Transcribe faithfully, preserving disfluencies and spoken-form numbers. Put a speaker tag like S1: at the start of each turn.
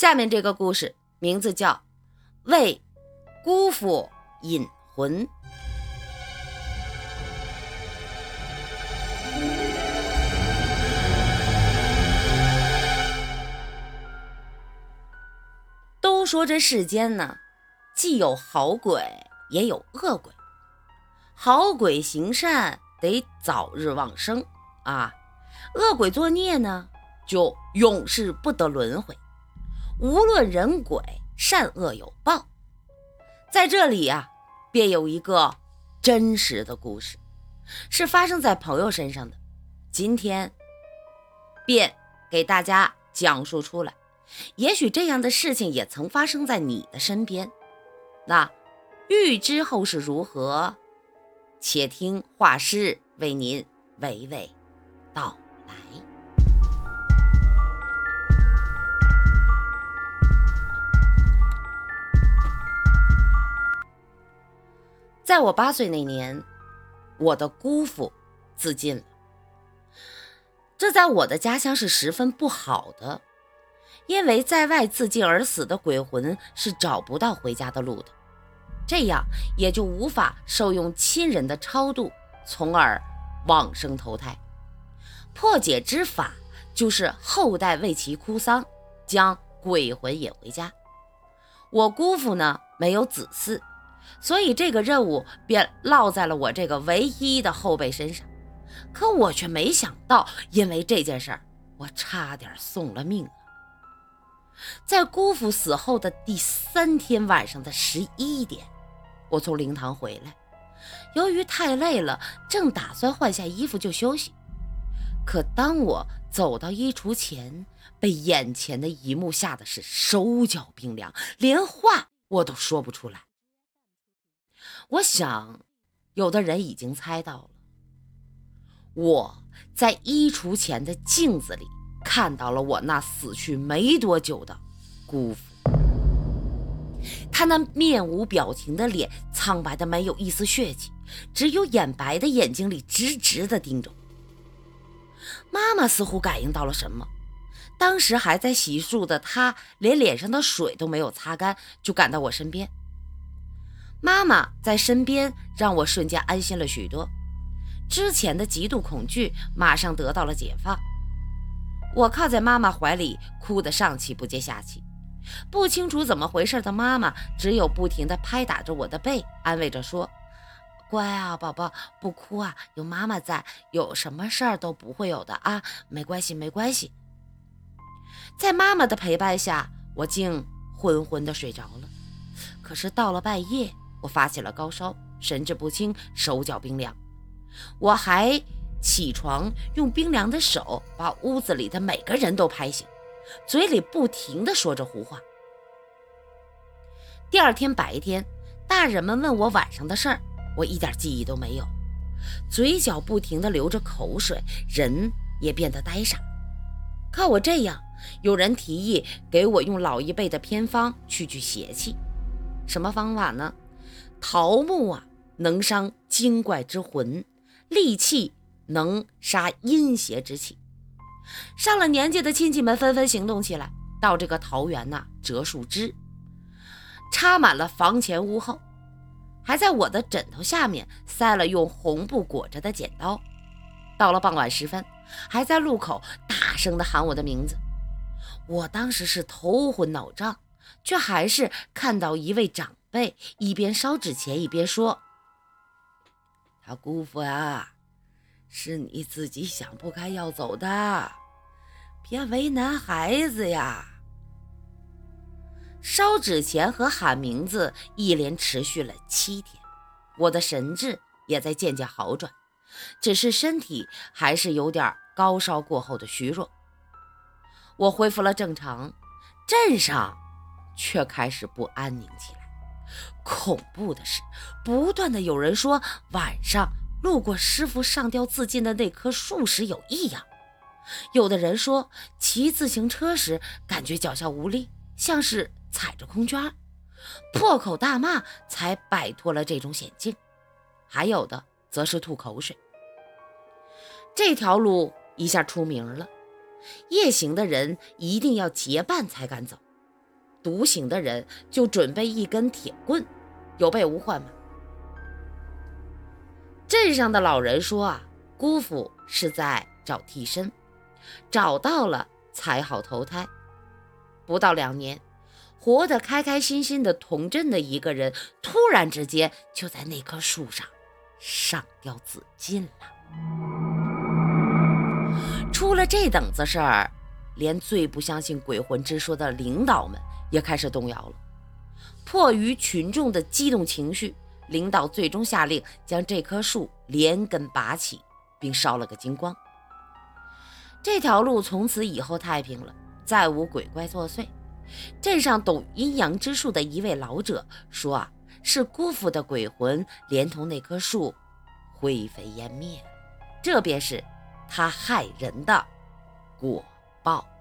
S1: 下面这个故事名字叫《为姑父引魂》。都说这世间呢，既有好鬼也有恶鬼。好鬼行善得早日往生啊，恶鬼作孽呢就永世不得轮回。无论人鬼，善恶有报。在这里啊，便有一个真实的故事，是发生在朋友身上的，今天便给大家讲述出来。也许这样的事情也曾发生在你的身边，那欲知后事如何，且听画师为您娓娓道来。在我八岁那年，我的姑父自尽了。这在我的家乡是十分不好的，因为在外自尽而死的鬼魂是找不到回家的路的，这样也就无法受用亲人的超度，从而往生投胎。破解之法就是后代为其哭丧，将鬼魂引回家。我姑父呢没有子嗣，所以这个任务便落在了我这个唯一的后辈身上。可我却没想到，因为这件事儿，我差点送了命了。在姑父死后的第三天晚上的十一点，我从灵堂回来，由于太累了，正打算换下衣服就休息。可当我走到衣橱前，被眼前的一幕吓得是手脚冰凉，连话我都说不出来。我想有的人已经猜到了，我在衣橱前的镜子里看到了我那死去没多久的姑父。他那面无表情的脸苍白的没有一丝血气，只有眼白的眼睛里直直的盯着我。妈妈似乎感应到了什么，当时还在洗漱的她连脸上的水都没有擦干，就赶到我身边。妈妈在身边让我瞬间安心了许多，之前的极度恐惧马上得到了解放。我靠在妈妈怀里，哭得上气不接下气。不清楚怎么回事的妈妈只有不停地拍打着我的背，安慰着说：乖啊宝宝，不哭啊，有妈妈在，有什么事儿都不会有的啊，没关系没关系。在妈妈的陪伴下，我竟昏昏地睡着了。可是到了半夜，我发起了高烧，神志不清，手脚冰凉。我还起床，用冰凉的手把屋子里的每个人都拍醒，嘴里不停地说着胡话。第二天白天，大人们问我晚上的事儿，我一点记忆都没有，嘴角不停地流着口水，人也变得呆傻。看我这样，有人提议给我用老一辈的偏方去去邪气。什么方法呢？桃木啊，能伤精怪之魂，戾气能杀阴邪之气。上了年纪的亲戚们纷纷行动起来，到这个桃园呐、啊、折树枝，插满了房前屋后，还在我的枕头下面塞了用红布裹着的剪刀。到了傍晚时分，还在路口大声地喊我的名字。我当时是头昏脑胀，却还是看到一位长辈一边烧纸钱一边说：他姑父啊，是你自己想不开要走的，别为难孩子呀。烧纸钱和喊名字一连持续了七天，我的神志也在渐渐好转，只是身体还是有点高烧过后的虚弱。我恢复了正常，镇上却开始不安宁起来。恐怖的是，不断的有人说晚上路过师傅上吊自尽的那棵树时有异样，有的人说骑自行车时感觉脚下无力，像是踩着空圈，破口大骂才摆脱了这种险境，还有的则是吐口水。这条路一下出名了，夜行的人一定要结伴才敢走， 独行的人就准备一根铁棍，有备无患嘛。镇上的老人说啊，姑父是在找替身，找到了才好投胎。不到两年，活得开开心心的同镇的一个人，突然之间就在那棵树上上吊自尽了。出了这等子事儿，连最不相信鬼魂之说的领导们也开始动摇了。迫于群众的激动情绪，领导最终下令将这棵树连根拔起，并烧了个精光。这条路从此以后太平了，再无鬼怪作祟。镇上懂阴阳之术的一位老者说啊，是姑父的鬼魂连同那棵树灰飞烟灭，这便是他害人的果报。